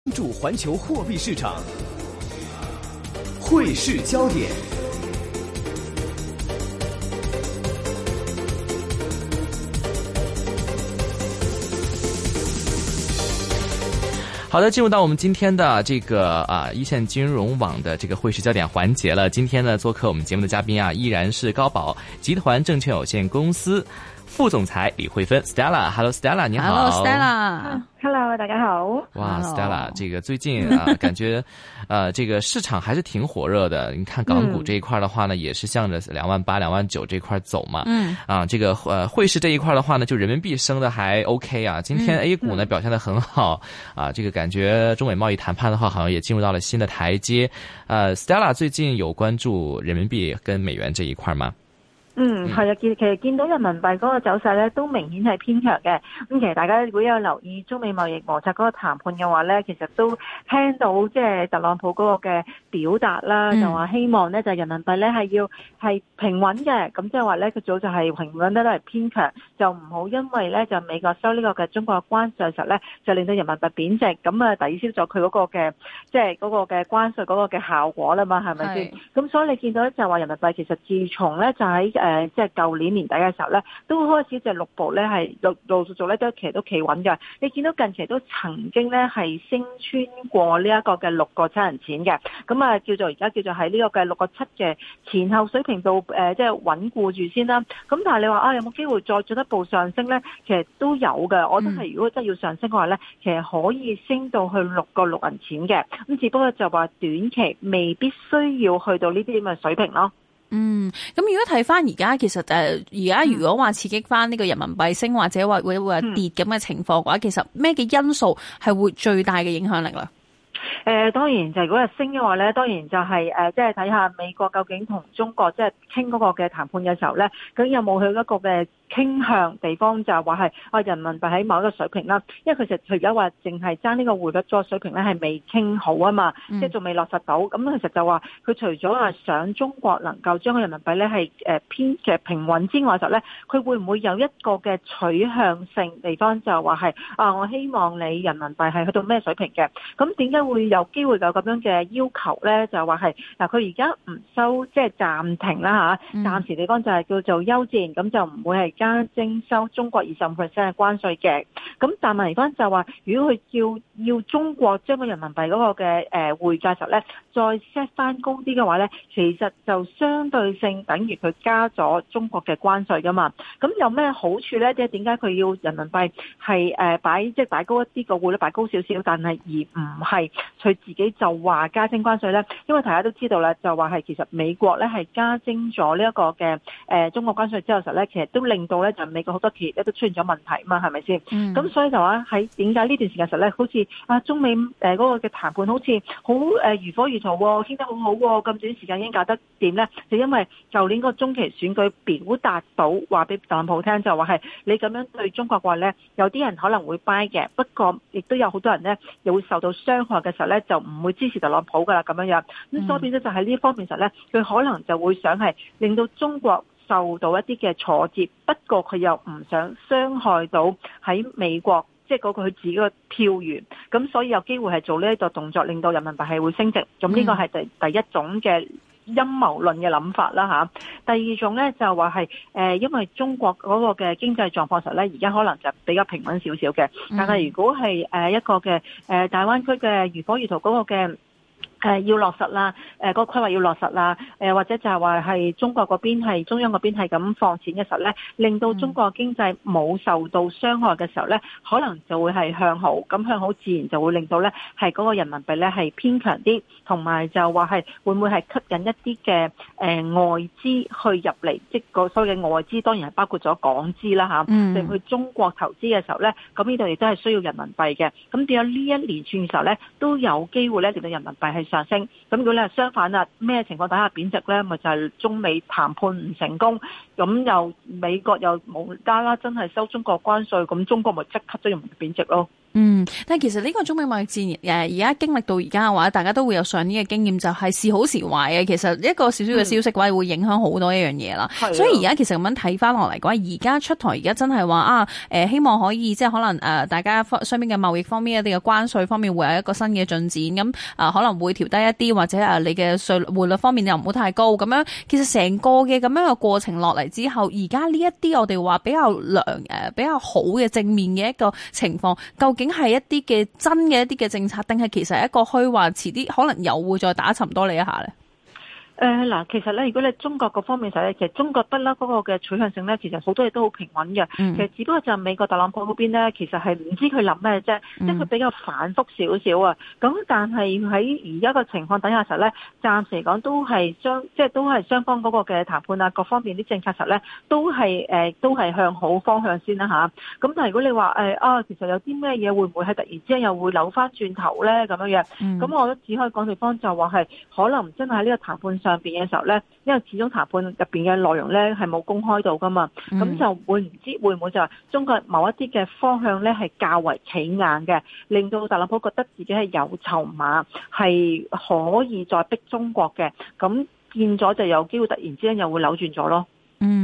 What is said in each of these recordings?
关注环球货币市场，汇市焦点。 好的，进入到我们今天的这个一线金融网的这个汇市焦点环节了。今天呢，做客我们节目的嘉宾依然是高宝集团证券有限公司副总裁李慧芬 Stella。Hello Stella， 你好。 Hello Stella。Hello， 大家好。 哇 Stella， 这个最近感觉这个市场还是挺火热的。你看港股这一块的话呢，也是向着28000、29000这块走嘛。这个汇市这一块的话呢，就人民币升的还 OK 啊。今天 A 股呢表现得很好这个感觉中美贸易谈判的话，好像也进入到了新的台阶。Stella 最近有关注人民币跟美元这一塊嗎？ 係啊，其實見到人民幣嗰個走勢咧，都明顯係偏強嘅。咁其實大家如果有留意中美貿易摩擦嗰個談判嘅話咧，其實都聽到即係特朗普嗰個嘅表達啦，就話希望咧就人民幣咧係平穩嘅。咁即係話咧，佢早就係平穩得都係偏強，就唔好因為咧就美國收呢個嘅中國關稅嘅時候咧，就令到人民幣貶值，咁抵消咗佢嗰個嘅即係嗰個嘅關稅嗰個嘅效果啦嘛，係咪先？咁所以你見到咧就話人民幣其實自從咧就喺即係舊年年底嘅時候咧，都開始就陸步咧係陸續續咧都其實都企穩嘅。你見到近期都曾經咧係升穿過呢一個嘅6個7人錢嘅，咁叫做而家叫做喺呢個嘅6個7嘅前後水平度即係穩固住先啦。咁但係你話有冇機會再進一步上升咧？其實都有嘅。我覺得係如果真係要上升嘅話咧，其實可以升到去6個6人錢嘅。咁只不過就話短期未必需要去到呢啲咁嘅水平咯。 咁如果睇翻而家，其實而家如果話刺激翻呢個人民幣升或者話會跌咁嘅情況嘅話，其實咩嘅因素係會最大嘅影響力咧？ 當然就如果係升嘅話咧，當然就係即係睇下美國究竟同中國即係傾嗰個嘅談判嘅時候咧，究竟有冇去一個嘅傾向地方，就話係人民幣喺某一個水平啦。因為其實佢而家話淨係爭呢個匯率嗰個水平咧係未傾好啊嘛，即係仲未落實到。咁其實就話佢除咗話想中國能夠將個人民幣咧係偏嘅平穩之外嘅時候咧，佢會唔會有一個嘅取向性地方，就話係我希望你人民幣係去到咩水平嘅？咁點解會有機會有咁樣嘅要求咧？就話係佢而家唔收即係暫停啦嚇，暫時地方就係叫做休戰，咁就唔會係加徵收中國25%嘅關稅嘅。咁但係而家就話，如果佢要中國將個人民幣嗰個嘅匯價時候咧，再 set 翻高啲嘅話咧，其實就相對性等於佢加咗中國嘅關稅噶嘛。咁有咩好處咧？即係點解佢要人民幣係擺高一啲個匯率，擺高少少，但係而唔係佢自己就話加徵關稅咧？因為大家都知道啦，就話係其實美國咧係加徵咗呢一個嘅中國關稅之後時候咧，其實都令到咧就美國好多企業咧都出現咗問題嘛，係咪先？咁所以就話喺點解呢段時間時候咧，好似中美嗰個嘅談判好似好如火如荼喎，傾得好好喎，咁短時間已經搞得掂咧？就因為舊年嗰個中期選舉表達到話俾特朗普聽，就話係你咁樣對中國嘅話咧，有啲人可能會 buy 嘅，不過亦都有好多人咧又會受到傷害嘅時候咧，就唔會支持特朗普噶啦咁樣樣。咁所以變咗就喺呢方面時候咧，佢可能就會想係令到中國受到一啲嘅挫折，不過佢又唔想傷害到喺美國即係嗰個佢自己嘅票源，咁所以有機會係做呢一個動作，令到人民幣係會升值。咁呢個係第一種嘅陰謀論嘅諗法啦嚇。第二種咧就話係因為中國嗰個嘅經濟狀況實咧，而家可能就比較平穩少少嘅。但係如果係一個嘅大灣區嘅如火如荼嗰個嘅要落實啦，嗰個規劃要落實啦，或者就係話係中國嗰邊係中央嗰邊係咁放錢嘅時候咧，令到中國經濟冇受到傷害嘅時候咧，可能就會係向好，咁向好自然就會令到咧係嗰個人民幣咧係偏強啲，同埋就話係會唔會係吸引一啲嘅外資去入嚟，即係個所謂嘅外資當然係包括咗港資啦嚇，定去中國投資嘅時候咧，咁呢度亦都係需要人民幣嘅，咁變咗呢一連串嘅時候咧，都有機會咧令到人民幣係上升。咁如果你係相反啦，咩情況底下貶值咧？咪就係中美談判唔成功，咁又美國又無啦啦真係收中國關稅，咁中國咪即刻都要貶值咯。 但係其實呢個中美貿易戰而家經歷到而家嘅話，大家都會有上年嘅經驗，就係時好時壞嘅。其實一個少少嘅消息嘅話，會影響好多一樣嘢啦。所以而家其實咁樣睇翻落嚟嘅話，而家出台而家真係話希望可以即係可能大家雙邊嘅貿易方面一啲嘅關稅方面會有一個新嘅進展，咁可能會調低一啲，或者你嘅匯率方面又唔好太高咁樣。其實成個嘅咁樣嘅過程落嚟之後，而家呢一啲我哋話比較好嘅正面嘅一個情況，究竟係一啲嘅真嘅一啲嘅政策，定係其實係一個虛幻，遲啲可能又會再打沉多你一下咧？ 嗱，其實咧，如果你中國嗰方面嘅時候咧，其實中國不嬲嗰個嘅取向性咧，其實好多嘢都好平穩嘅。其實只不過就係美國特朗普嗰邊咧，其實係唔知佢諗咩啫，即係佢比較反覆少少啊。咁但係喺而家個情況底下時候咧，暫時嚟講都係都係雙方嗰個嘅談判啊，各方面啲政策實咧都係向好方向先啦吓。咁但係如果你話其實有啲咩嘢會唔會係突然之間又會扭翻轉頭咧咁樣樣？咁我覺得只可以講地方就話係可能真係喺呢個談判上邊嘅時候咧，因為始終談判入邊嘅內容咧係冇公開到噶嘛，咁就會唔知會唔會就係中國某一啲嘅方向咧係較為企硬嘅，令到特朗普覺得自己係有籌碼，係可以再逼中國嘅，咁變咗就有機會突然之間又會扭轉咗咯。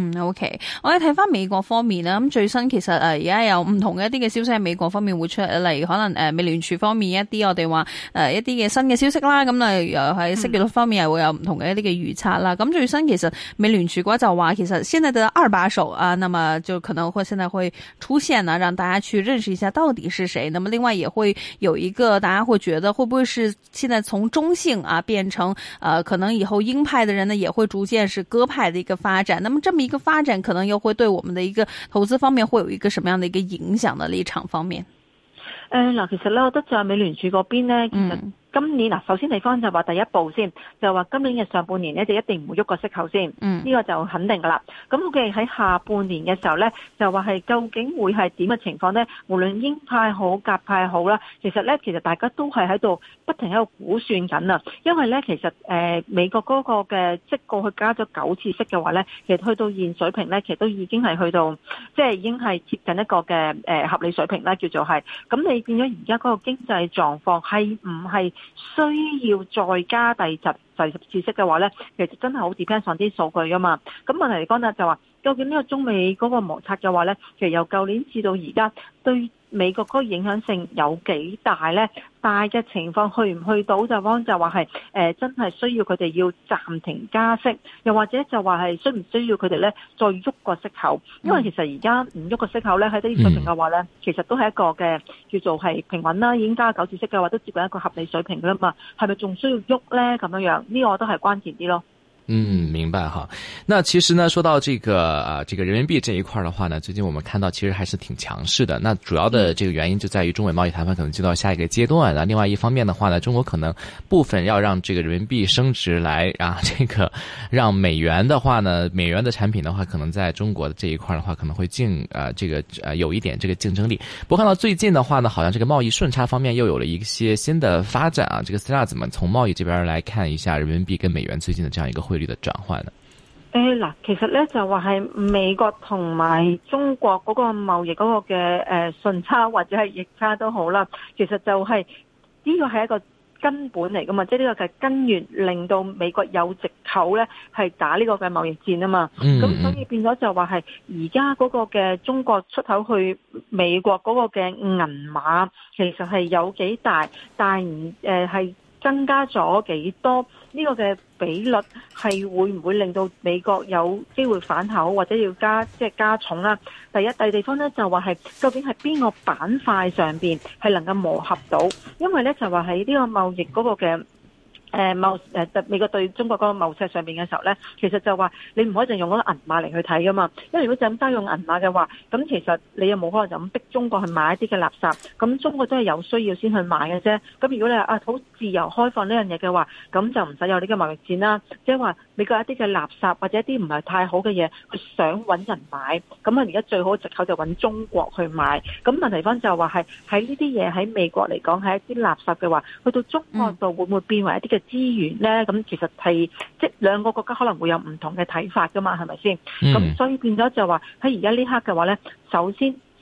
OK， 我哋睇翻美國方面啦，咁最新其實而家有唔同嘅一啲嘅消息喺美國方面會出嚟，例如可能美聯儲方面一啲我哋話一啲嘅新嘅消息啦，咁例如又喺息率方面又會有唔同嘅一啲嘅預測啦。咁最新其實美聯儲嘅話就話，其實現在的二把手啊，那麼就可能會現在會出現呢，讓大家去認識一下到底是誰。那麼另外也會有一個大家會覺得會不會是現在從中性啊變成可能以後鷹派的人呢也會逐漸是鴿派的一個發展。那麼這麼一個發展可能又會對我們的一個投資方面會有一個什麼樣的一個影響的立場方面？ 嗱，其實咧，我覺得就係美聯儲嗰邊咧，其實今年首先地方就話第一步先，就話今年嘅上半年咧就一定唔會喐個息口先，呢個就肯定噶啦。咁我哋喺下半年嘅時候咧，就話係究竟會係點嘅情況咧？無論鷹派好、鴿派好啦，其實大家都係喺度不停喺度估算緊啊。因為咧，其實美國嗰個嘅即過去加咗9次息嘅話咧，其實去到現水平咧，其實都已經係去到即係已經係接近一個嘅合理水平啦，叫做係。咁你變咗而家嗰個經濟狀況係唔係需要再加第十次息嘅話咧，其實真係好 depend on 啲數據噶嘛。咁問題嚟講呢，就話究竟呢個中美嗰個摩擦嘅話咧，其實由舊年至到而家對美國嗰個影響性有幾大咧？大嘅情況去唔去到就話係真係需要佢哋要暫停加息，又或者就話係需唔需要佢哋咧再喐個息口？因為其實而家唔喐個息口咧喺啲水平嘅話咧，其實都係一個嘅叫做係平穩啦，已經加9次息嘅話都接近一個合理水平噶啦嘛，係咪仲需要喐咧咁樣樣？呢個都係關鍵啲咯。 明白哈。那其實呢，說到這個這個人民幣這一塊的話呢，最近我們看到其實還是挺強勢的。那主要的這個原因就在於中美貿易談判可能就到下一個階段。那另外一方面的話呢，中國可能部分要讓這個人民幣升值來這個讓美元的話呢，美元的產品的話，可能在中國的這一塊的話，可能會有一點這個競爭力。不過看到最近的話呢，好像這個貿易順差方面又有了一些新的發展啊。這個 Stella 怎麼從貿易這邊來看一下人民幣跟美元最近的這樣一個匯率的轉換呢？ 嗱，其實咧就話係美國同埋中國嗰個貿易嗰個嘅順差或者係逆差都好啦，其實就係呢個係一個根本嚟噶嘛，即係呢個係根源令到美國有藉口咧係打呢個嘅貿易戰啊嘛。咁所以變咗就話係而家嗰個嘅中國出口去美國嗰個嘅銀碼其實係有幾大，但係增加咗幾多？呢個嘅比率係會唔會令到美國有機會反口或者要加重啦？第二地方咧就話係究竟係邊個板塊上邊係能夠磨合到？因為咧就話喺呢個貿易嗰個嘅美國對中國嗰個貿赤上面嘅時候咧，其實就話你唔可以淨用嗰個銀碼嚟去睇噶嘛，因為如果就咁單用銀碼嘅話，咁其實你又冇可能就咁逼中國去買一啲嘅垃圾，咁中國都係有需要先去買嘅啫。咁如果你話好自由開放呢樣嘢嘅話，咁就唔使有呢個貿易戰啦。即係話美國一啲嘅垃圾或者一啲唔係太好嘅嘢，佢想揾人買，咁而家最好嘅藉口就揾中國去買。咁問題翻就話係喺呢啲嘢喺美國嚟講係一啲垃圾嘅話，去到中國度會唔會變為一啲嘅資源咧？咁其實係即兩個國家可能會有唔同嘅睇法噶嘛，係咪先？咁所以變咗就話喺而家呢刻嘅話咧，首先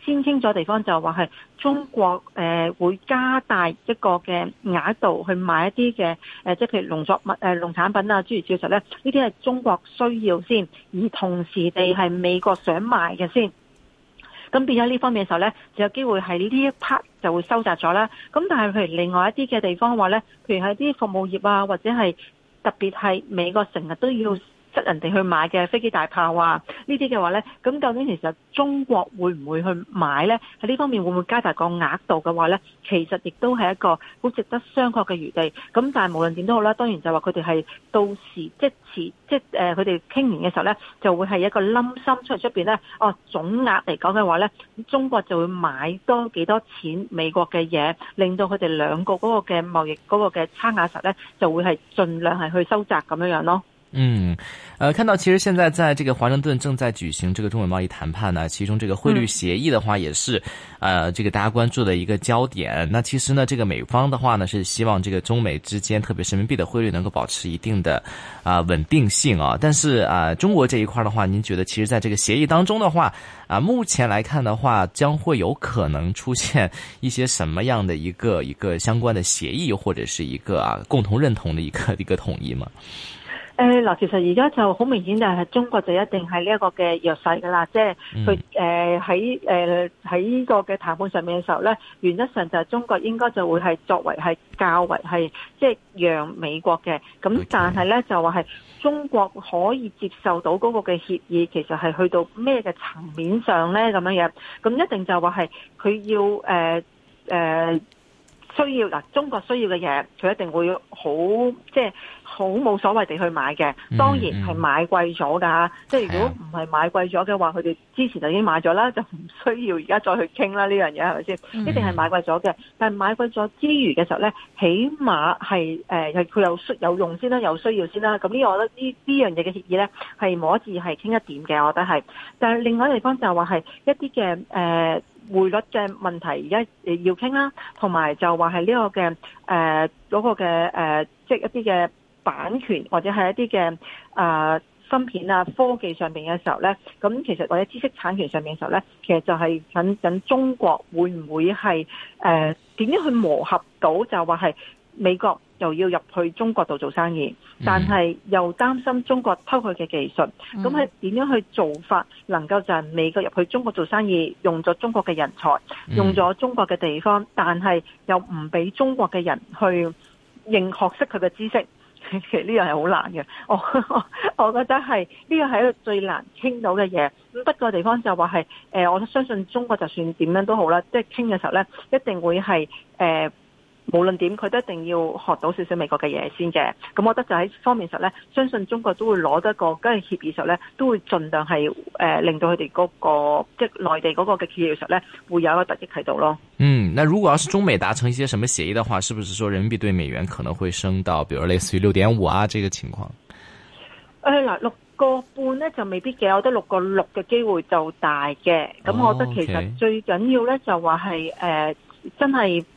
先清咗地方就話係中國會加大一個嘅額度去買一啲嘅即係譬如農作物農產品啊諸如此類咧，呢啲係中國需要先，而同時地係美國想買嘅先。咁變咗呢方面嘅時候咧，就有機會係呢啲一 part 就會收窄咗啦。咁但係譬如另外一啲嘅地方話咧，譬如係啲服務業啊，或者係特別係美國成日都要執人哋去買嘅飛機大炮啊，呢啲嘅話呢，咁究竟其實中國會唔會去買呢？喺呢方面會唔會加大個額度嘅話呢？其實亦都係一個好值得商榷嘅餘地。咁但係無論點都好啦，當然就話佢哋係到時佢哋傾完嘅時候呢，就會係一個冧心出邊呢。總額嚟講嘅話呢，中國就會買多幾多錢美國嘅嘢，令到佢哋兩個嗰個嘅貿易嗰個嘅差額實呢，就會係盡量係去收窄咁樣咯。 看到其實現在在這個華盛頓正在舉行這個中美貿易談判呢，其中這個匯率協議的話也是，這個大家關注的一個焦點。那其實呢，這個美方的話呢，是希望這個中美之間，特別人民幣的匯率能夠保持一定的穩定性啊。但是中國這一塊的話，您覺得其實在這個協議當中的話，目前來看的話，將會有可能出現一些什麼樣的一個相關的協議，或者是一個共同認同的一個統一嗎？ 嗱，其實而家就好明顯就係中國就一定係呢一個嘅弱勢㗎啦，即係佢喺呢個嘅談判上面嘅時候咧，原則上就係中國應該就會係作為係較為係即係讓美國嘅，咁但係咧就話係中國可以接受到嗰個嘅協議，其實係去到咩嘅層面上咧咁樣樣，咁一定就話係佢要需要嗱，中國需要嘅嘢，佢一定會好即係好冇所謂地去買嘅。當然係買貴咗㗎，即係如果唔係買貴咗嘅話，佢哋之前就已經買咗啦，就唔需要而家再去傾啦。呢樣嘢係咪先？一定係買貴咗嘅。但係買貴咗之餘嘅時候咧，起碼係係佢有用先啦，有需要先啦。咁呢個我覺得呢樣嘢嘅協議咧係冇一致係傾一點嘅，我覺得係。但係另外一個地方就話係一啲嘅匯率嘅問題，而家要傾啦，同埋就話係呢個嘅嗰個嘅即係一啲嘅版權或者係一啲嘅芯片啊科技上面嘅時候咧，咁其實或者知識產權上面嘅時候咧，其實就係緊中國會唔會係點樣去磨合到，就話係美國又要入去中國度做生意，但係又擔心中國偷佢嘅技術，咁係點樣去做法能夠就係美國入去中國做生意，用咗中國嘅人才，用咗中國嘅地方，但係又唔俾中國嘅人去學識佢嘅知識，其實呢樣係好難嘅。我覺得係呢個係一個最難傾到嘅嘢。咁不過地方就話係我相信中國就算點樣都好啦，即係傾嘅時候咧，一定會係無論點，佢都一定要學到少少美國嘅嘢先嘅。咁我覺得就喺方面上咧，相信中國都會攞得個跟住協議上咧，都會盡量係令到佢哋嗰個即係內地嗰個嘅協議上咧，會有一個突擊喺度咯。 那如果要是中美達成一些什麼協議的話，是不是說人民幣對美元可能會升到，比如類似於6.5啊這個情況？ 嗱，6.5咧就未必嘅，我覺得6.6嘅機會就大嘅。咁我覺得其實最緊要咧就話係真係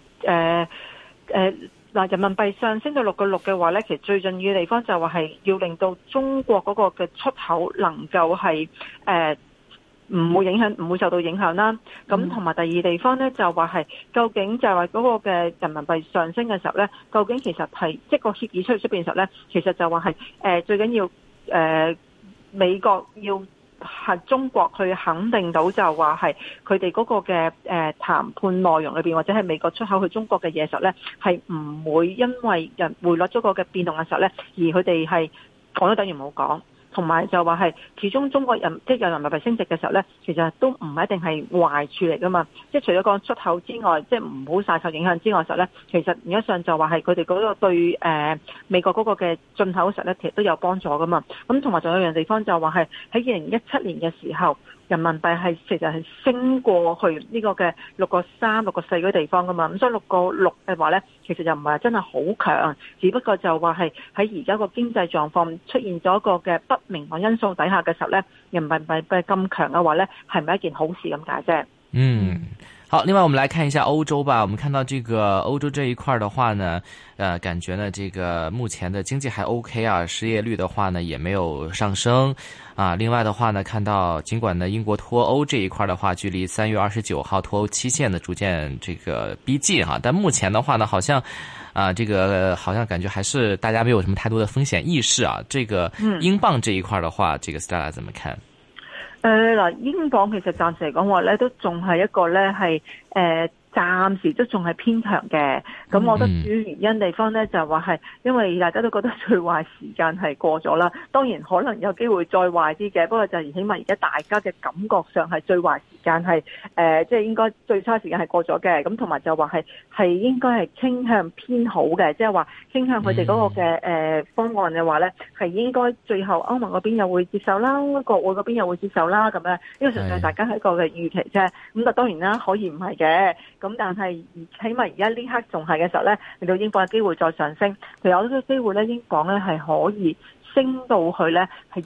人民幣上升到6.6嘅話咧，其實最重要嘅地方就話係要令到中國嗰個嘅出口能夠係唔會受到影響啦。咁同埋第二地方咧就話係究竟就係話嗰個嘅人民幣上升嘅時候咧，究竟其實係即係個協議出邊嘅時候咧，其實就話係最緊要美國要係中國去肯定到就話係佢哋嗰個嘅談判內容裏邊，或者係美國出口去中國嘅嘢時候咧，係唔會因為人匯率嗰個嘅變動嘅時候咧，而佢哋係講都等於冇講。同埋就話係，始終中國人即係人民幣升值嘅時候咧，其實都唔係一定係壞處嚟噶嘛。即係除咗個出口之外，即係唔好晒受影響之外嘅時候咧，其實原則上就話係佢哋嗰個對美國嗰個嘅進口嘅時候咧，其實都有幫助噶嘛。咁同埋仲有一樣地方就話係喺2017年嘅時候，人民幣係其實係升過去呢個嘅6.3、6.4嗰啲地方噶嘛。咁所以6.6嘅話咧，其實就唔係真係好強，只不過就話係喺而家個經濟狀況出現咗一個嘅不明朗因素底下嘅時候咧，人民幣咁強嘅話咧，係咪一件好事咁解啫？ 好，另外我们来看一下欧洲吧。我们看到这个欧洲这一块的话呢，感觉呢这个目前的经济还 OK 啊，失业率的话呢也没有上升啊。另外的话呢，看到尽管呢英国脱欧这一块的话，距离3月29号脱欧期限的逐渐这个逼近哈，但目前的话呢，好像这个好像感觉还是大家没有什么太多的风险意识啊。这个英镑这一块的话，这个 Stella 怎么看？ 嗱，英鎊其實暫時嚟講話咧，都仲係一個咧係暫時都仲係偏強嘅。咁我覺得主要原因地方咧就話係因為大家都覺得最壞時間係過咗啦。當然可能有機會再壞啲嘅，不過就起碼而家大家嘅感覺上係最壞時間係即係應該最差時間係過咗嘅。咁同埋就話係應該係傾向偏好嘅，即係話傾向佢哋嗰個嘅方案嘅話咧，係應該最後歐盟嗰邊又會接受啦，國會嗰邊又會接受啦，咁樣呢個純粹大家係一個嘅預期啫。咁但當然啦，可以唔係嘅。咁但係起碼而家呢刻仲係嘅時候咧，令到英鎊嘅機會再上升，其實有啲機會咧，英鎊咧係可以升到去咧係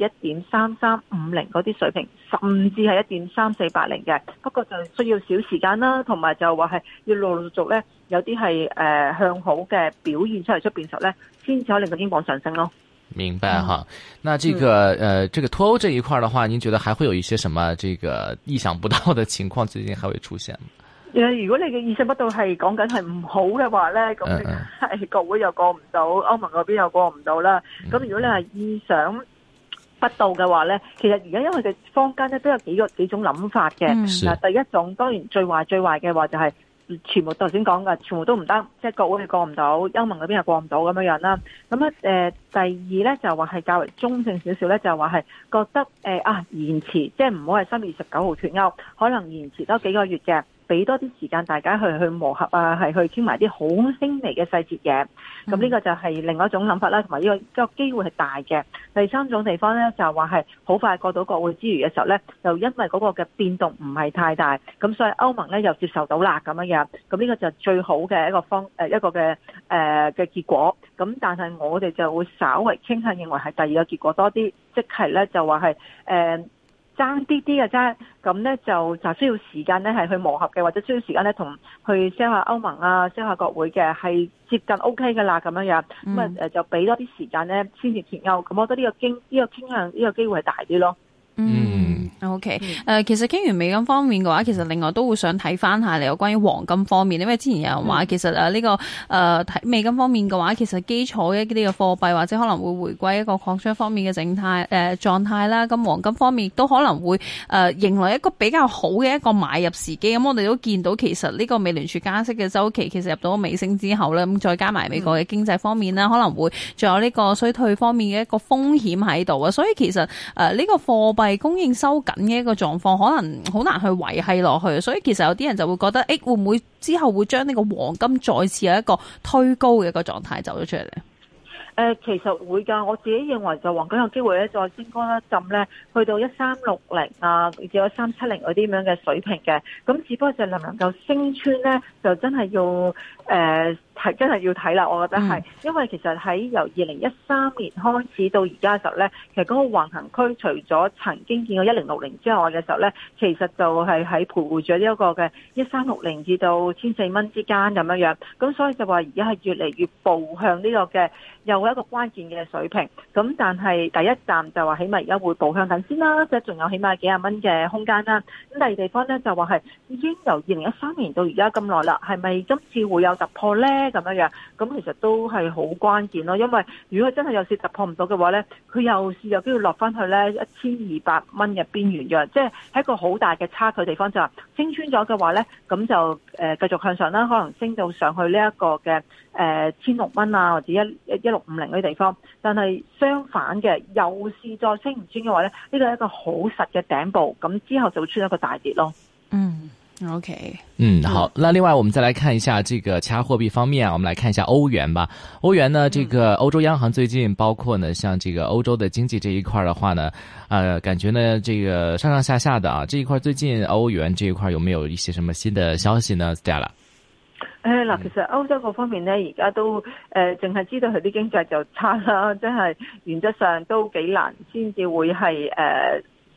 1.3350嗰啲水平，甚至係1.3480嘅。不過就需要少時間啦，同埋就話係要陸續咧有啲係向好嘅表現出嚟出邊時候咧，先至可以令到英鎊上升咯。 明白哈，那這個這個脫歐這一塊的話，您覺得還會有一些什麼這個意想不到的情況最近還會出現嗎？ 如果你嘅意想不到係講緊係唔好嘅話咧，咁係國會又過唔到，歐盟嗰邊又過唔到啦。咁如果你係意想不到嘅話咧，其實而家因為佢坊間咧都有幾種諗法嘅。嗱，第一種當然最壞嘅話就係全部頭先講嘅，全部都唔得，即係國會係過唔到，歐盟嗰邊又過唔到咁樣啦。咁第二咧就話係較為中性少少咧，就話係覺得延遲，即係唔好係3月29號脫歐，可能延遲多幾個月嘅。俾多啲時間大家去磨合啊，係去傾埋啲好輕微嘅細節嘢。咁呢個就係另外一種諗法啦，同埋呢個機會係大嘅。第三種地方咧就話係好快過到國會之餘嘅時候咧，就因為嗰個嘅變動唔係太大，咁所以歐盟咧又接受到啦咁樣。咁呢個就最好嘅一個嘅結果。咁但係我哋就會稍為傾向認為係第二個結果多啲，即係咧就話係爭啲嘅啫，咁咧就需要時間咧係去磨合嘅，或者需要時間咧同去 sell 下歐盟啊 sell 下國會嘅係接近 OK 㗎啦咁樣。咁就俾多啲時間咧先至脫歐。咁我覺得呢個傾向呢個機會係大啲咯。 OK，其實傾完美金方面嘅話，其實另外都會想睇翻下你有關於黃金方面，因為之前有人話其實呢個睇美金方面嘅話，其實基礎一啲嘅貨幣或者可能會回歸一個擴張方面嘅狀態啦。咁黃金方面亦都可能會迎來一個比較好嘅一個買入時機。咁我哋都見到其實呢個美聯儲加息嘅週期其實入到尾聲之後咧，咁再加埋美國嘅經濟方面啦，可能會仲有呢個衰退方面嘅一個風險喺度啊。所以其實呢個貨幣供應收緊嘅一個狀況可能好難去維繫落去，所以其實有啲人就會覺得，會唔會之後會將呢個黃金再次有一個推高嘅一個狀態走咗出嚟咧？ 其實會㗎，我自己認為就黃金有機會咧再升高一陣咧，去到1360啊，至到1370嗰啲咁樣嘅水平嘅。咁只不過就能唔能夠升穿咧，就真係要真係要睇啦。我覺得係，因為其實喺由2013年開始到而家嘅時候咧，其實嗰個橫行區除咗曾經見過1060之外嘅時候咧，其實就係喺徘徊咗呢一個嘅1360至到1400蚊之間咁樣。咁所以就話而家係越嚟越步向呢個嘅又一個關鍵嘅水平。咁但係第一站就話起碼而家會步向緊先啦，即係仲有起碼幾廿蚊嘅空間啦。咁第二地方咧就話係已經由2013年到而家咁耐啦，係咪今次會有突破咧？咁樣，咁其實都係好關鍵咯。因為如果真係有時突破唔到嘅話咧，佢又有機會落翻去咧1200蚊嘅邊緣嘅，即係喺一個好大嘅差距地方。就話升穿咗嘅話咧，咁就繼續向上啦，可能升到上去呢一個嘅1600蚊啊，或者1650嗰啲地方。但係相反嘅，又是再升唔穿嘅話咧，呢個係一個好實嘅頂部，咁之後就會出現一個大跌咯。 OK， 好。那另外我們再來看一下這個其他貨幣方面啊，我們來看一下歐元吧。歐元呢，這個歐洲央行最近包括呢，像這個歐洲的經濟這一塊的話呢，感覺呢，這個上上下下的啊，這一塊最近歐元這一塊有沒有一些什麼新的消息呢 Stella？ 嗱，其實歐洲嗰方面呢，而家都淨係知道佢啲經濟就差啦，即係原則上都幾難先至會係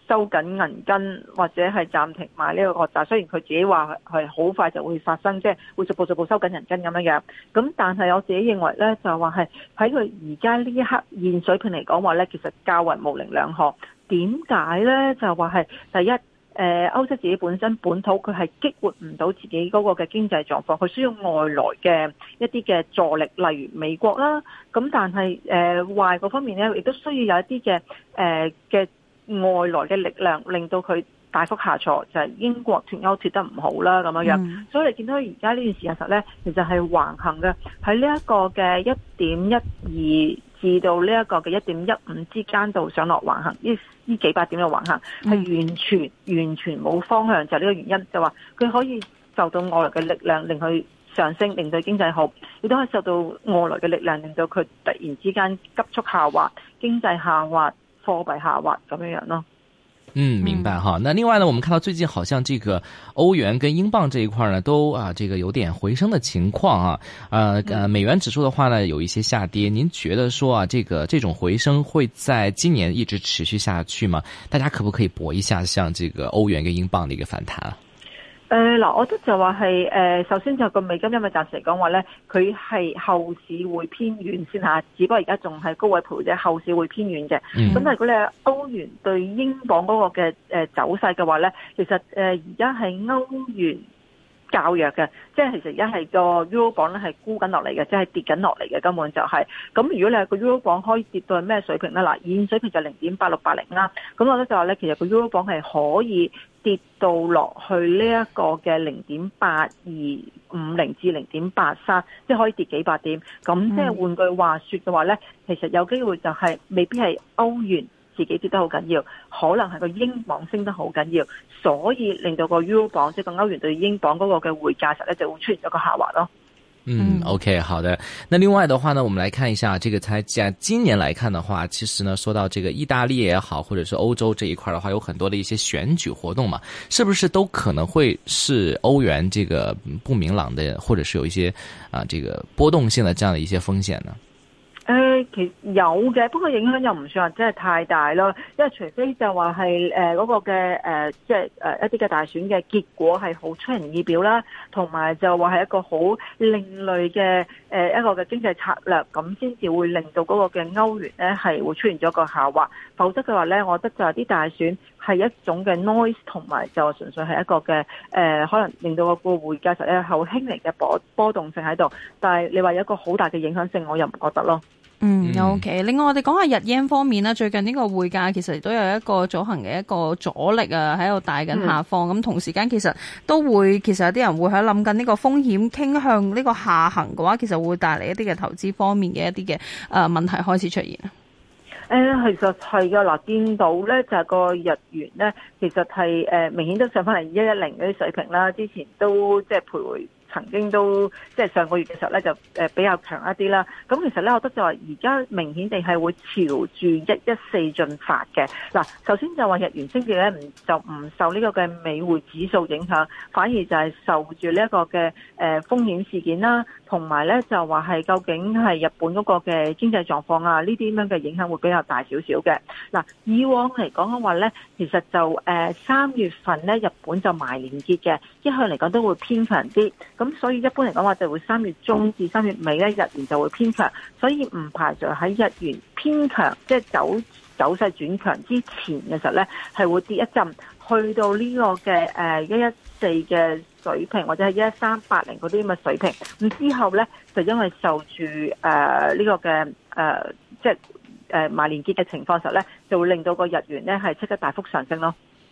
收緊銀根或者係暫停買呢個國債，雖然佢自己話係好快就會發生，即係會逐步收緊銀根咁樣。咁但係我自己認為咧，就話係喺佢而家呢一刻現水平嚟講話咧，其實較為模棱兩可。點解咧？就話係第一，歐洲自己本身本土佢係激活唔到自己嗰個嘅經濟狀況，佢需要外來嘅一啲嘅助力，例如美國啦。咁但係壞嗰方面咧，亦都需要有一啲嘅外來嘅力量，令到佢大幅下挫，就係英國脫歐脫得唔好啦咁樣。所以你見到而家呢段時間實咧，其實係橫行嘅，喺呢一個嘅1.12至到呢一個嘅1.15之間度上落橫行，呢幾百點嘅橫行係完全冇方向，就係呢個原因，就話佢可以受到外來嘅力量令佢上升，令到經濟好，亦都可以受到外來嘅力量令到佢突然之間急速下滑，經濟下滑，貨幣下滑咁樣咯。 明白哈。那另外呢，我們看到最近好像這個歐元跟英鎊這一塊呢，都這個有點回升的情況啊。美元指數的話呢，有一些下跌。您覺得說這種回升會在今年一直持續下去嗎？大家可不可以搏一下像這個歐元跟英鎊的一個反彈啊？ 嗱，我覺得就話係首先就個美金，因為暫時嚟講話咧，佢係後市會偏軟先嚇，只不過而家仲係高位徘徊啫，後市會偏軟嘅。咁但係如果你係歐元對英鎊嗰個嘅走勢嘅話咧，其實而家係歐元較弱嘅，即係其實而家係個 Euro 磅咧係沽緊落嚟嘅，即係跌緊落嚟嘅，根本就係。咁如果你係個 Euro 磅可以跌到係咩水平咧？嗱，現水平就0.8680啦。咁我覺得就話咧，其實個 Euro 磅係可以跌到落去呢一個嘅0.8250至0.83，即係可以跌幾百點。咁即係換句話說嘅話咧，其實有機會就係未必係歐元自己跌得好緊要，可能係個英鎊升得好緊要，所以令到個 Euro 鎊即係個歐元對英鎊嗰個嘅匯價實咧就會出現咗個下滑咯。 OK， 好的。那另外的話呢，我們來看一下這個今年來看的話，其實呢，說到這個意大利也好，或者是歐洲這一塊的話，有很多的一些選舉活動嘛，是不是都可能會是歐元這個不明朗的，或者是有一些這個波動性的這樣的一些風險呢？ 其實有嘅，不過影響又唔算話真係太大咯，因為除非就話係嗰個嘅即係一啲嘅大選嘅結果係好出人意表啦，同埋就話係一個好另類嘅一個嘅經濟策略，咁先至會令到嗰個嘅歐元咧係會出現咗個下滑，否則嘅話咧，我覺得就係啲大選係一種嘅 noise， 同埋就純粹係一個嘅可能令到個匯價實咧好輕微嘅波動性喺度，但係你話有一個好大嘅影響性，我又唔覺得咯。 OK。另外我哋講下日元方面啦，最近呢個匯價其實都有一個阻行嘅一個阻力啊，喺度大緊下方。咁同時間其實都會，其實有啲人會喺諗緊呢個風險傾向呢個下行嘅話，其實會帶嚟一啲嘅投資方面嘅一啲嘅問題開始出現。 其實係噶，嗱，見到咧就係個日元咧，其實係明顯都上翻嚟110嗰啲水平啦，之前都即係徘徊。曾經都即係上個月嘅時候咧，就比較強一啲啦。咁其實咧，我覺得就話而家明顯地係會朝住114進發嘅。嗱，首先就話日元升跌咧，就唔受呢個嘅美匯指數影響，反而就係受住呢一個嘅風險事件啦，同埋咧就話係究竟係日本嗰個嘅經濟狀況啊，呢啲咁樣嘅影響會比較大少少嘅。嗱，以往嚟講嘅話咧，其實就3月份咧，日本就埋年結嘅，一向嚟講都會偏強啲。咁所以一般嚟講話就會3月中至3月尾咧，日元就會偏強，所以唔排除喺日元偏強，即係走勢轉強之前嘅時候咧，係會跌一陣，去到呢個嘅114嘅水平，或者係11380嗰啲咁嘅水平。咁之後咧，就因為受住呢個嘅即係埋年結嘅情況時候咧，就會令到個日元咧係即刻大幅上升咯。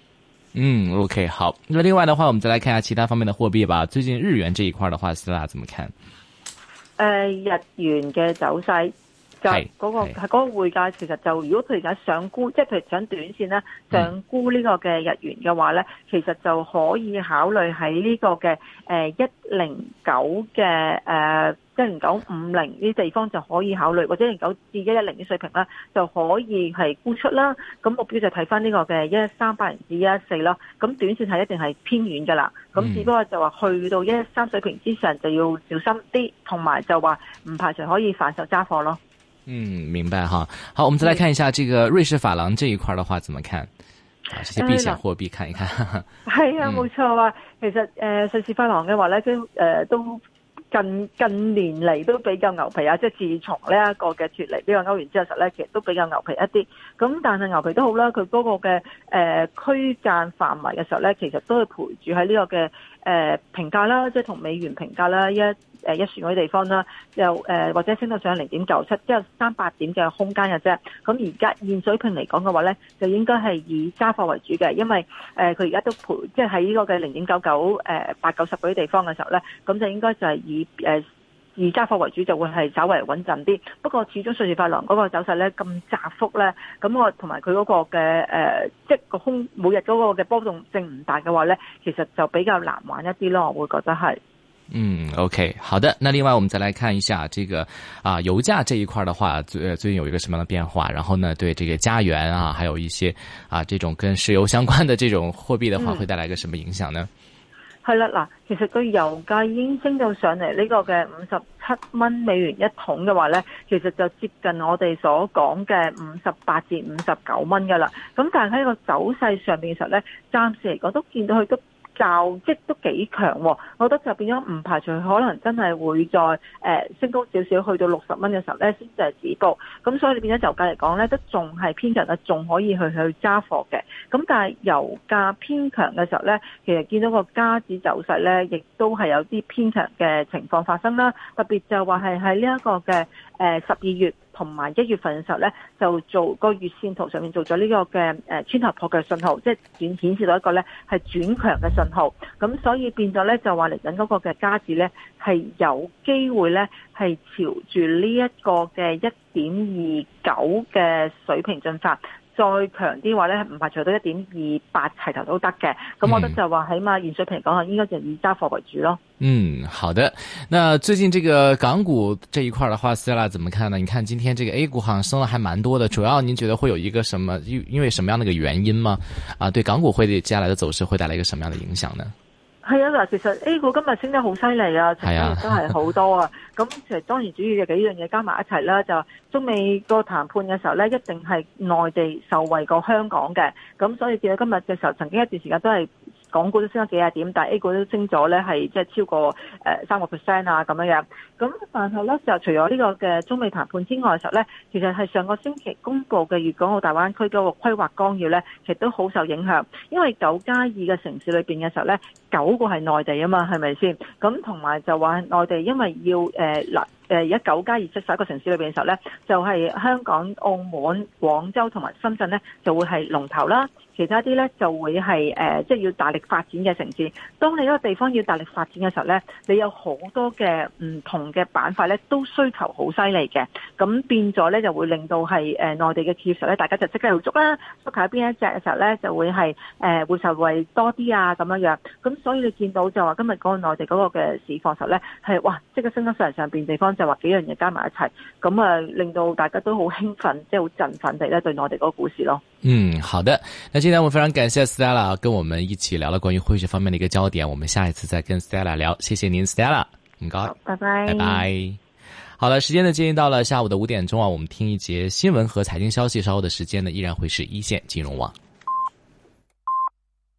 OK， 好。那另外的話，我們再來看一下其他方面的貨幣吧。最近日元這一塊的話，Stella怎麼看？ 日元嘅走勢就嗰個匯價，其實就如果佢而家想沽，即係譬如想短線咧，想沽呢個嘅日元嘅話咧，其實就可以考慮喺呢個嘅109嘅10950呢啲地方就可以考慮，或者109至110啲水平啦，就可以係沽出啦。咁目標就睇翻呢個嘅11380至114咯。咁短線係一定係偏遠㗎啦。咁只不過就話去到113水平之上就要小心啲，同埋就話唔排除可以反手揸貨咯。 明白哈。好，我們再來看一下這個瑞士法郎這一塊的話，怎麼看？ 啊，這些避險貨幣看一看。 係啊，冇錯啊。其實瑞士法郎嘅話咧，都近年嚟都比較牛皮啊，即係自從呢一個嘅脫離呢個歐元之後實咧，其實都比較牛皮一啲。咁但係牛皮都好啦，佢嗰個嘅區間範圍嘅時候咧，其實都係陪住喺呢個嘅平價啦，即係同美元平價啦一算嗰啲地方啦，又或者升到上0.97，即係300點嘅空間嘅啫。咁而家現水平嚟講嘅話咧，就應該係以揸貨為主嘅，因為佢而家都即係喺呢個嘅0.99、890嗰啲地方嘅時候咧，咁就應該就係以揸貨為主，就會係稍為穩陣啲。不過始終瑞士法郎嗰個走勢咧咁窄幅咧，咁我同埋佢嗰個嘅即係個每日嗰個嘅波動性唔大嘅話咧，其實就比較難玩一啲咯，我會覺得係。 OK， 好的。那另外我們再來看一下這個油價這一塊的話，最近有一個什麼樣的變化？然後呢，對這個加元啊，還有一些這種跟石油相關的這種貨幣的話，會帶來一個什麼影響呢？ 係啦，嗱，其實個油價已經升到上嚟呢個嘅57蚊美元一桶嘅話咧，其實就接近我哋所講嘅58至59蚊噶啦。咁但係喺個走勢上面嘅時候咧，暫時嚟講都見到佢即都幾強喎，我覺得就變咗唔排除可能真係會再升高少少，去到60蚊嘅時候咧，先至係止步。咁所以你變咗油價嚟講咧，都仲係偏強嘅，仲可以去揸貨嘅。咁但係油價偏強嘅時候咧，其實見到個加指走勢咧，亦都係有啲偏強嘅情況發生啦。特別就話係喺呢一個嘅12月同埋1月份嘅時候咧，就做個月線圖上面做咗呢個嘅穿頭破嘅信號，即係顯示到一個咧係轉強嘅信號。咁所以變咗咧就話嚟緊嗰個嘅加指咧係有機會咧係朝住呢一個嘅1.29嘅水平進發。再強啲話咧，唔排除到1.28齊頭都得嘅。咁我覺得就話起碼現水平嚟講，應該就以揸貨為主咯。 好的。那最近這個港股這一塊的話 ，Stella 怎麼看呢？你看今天這個 A 股好像升了還蠻多的，主要您覺得會有一個什麼？因為什麼樣的一個原因嗎？對港股會接下來的走勢會帶來一個什麼樣的影響呢？ 係啊，嗱，其實 A 股今日升得好犀利啊，成交亦都係好多啊。咁其實當然主要嘅幾樣嘢加埋一齊啦，就中美個談判嘅時候咧，一定係內地受惠過香港嘅。咁所以見到今日嘅時候，曾經一段時間都係港股都升咗幾廿點，但係 A 股都升咗咧，係即係超過3% 啊咁樣樣。咁但係咧就除咗呢個嘅中美談判之外嘅時候咧，其實係上個星期公布嘅粵港澳大灣區嗰個規劃綱要咧，其實都好受影響，因為9+2嘅城市裏邊嘅時候咧，9個係內地啊嘛，係咪先？咁同埋就話內地因為要而家9+2即11個城市裏邊嘅時候咧，就係香港、澳門、廣州同埋深圳咧就會係龍頭啦。其他啲咧就會係即係要大力發展嘅城市。當你一個地方要大力發展嘅時候咧，你有好多嘅唔同嘅板塊咧都需求好犀利嘅。咁變咗咧就會令到係內地嘅企業實咧，大家就即刻要捉啦。捉喺邊一隻嘅時候咧，就會係會受惠多啲啊咁樣樣。咁所以你見到就話今日嗰個內地嗰個嘅市況實咧係哇，即刻升得上邊地方就話幾樣嘢加埋一齊，咁令到大家都好興奮，即係好振奮地咧對內地嗰個股市咯。 好的。那今天我們非常感謝 Stella 跟我們一起聊了關於匯市方面的一個焦點，我們下一次再跟 Stella 聊。謝謝您 Stella， 唔該， 拜拜， 拜拜。好了，時間呢接近到了下午的5點鐘啊，我們聽一節新聞和財經消息，稍後的時間呢依然會是一線金融網。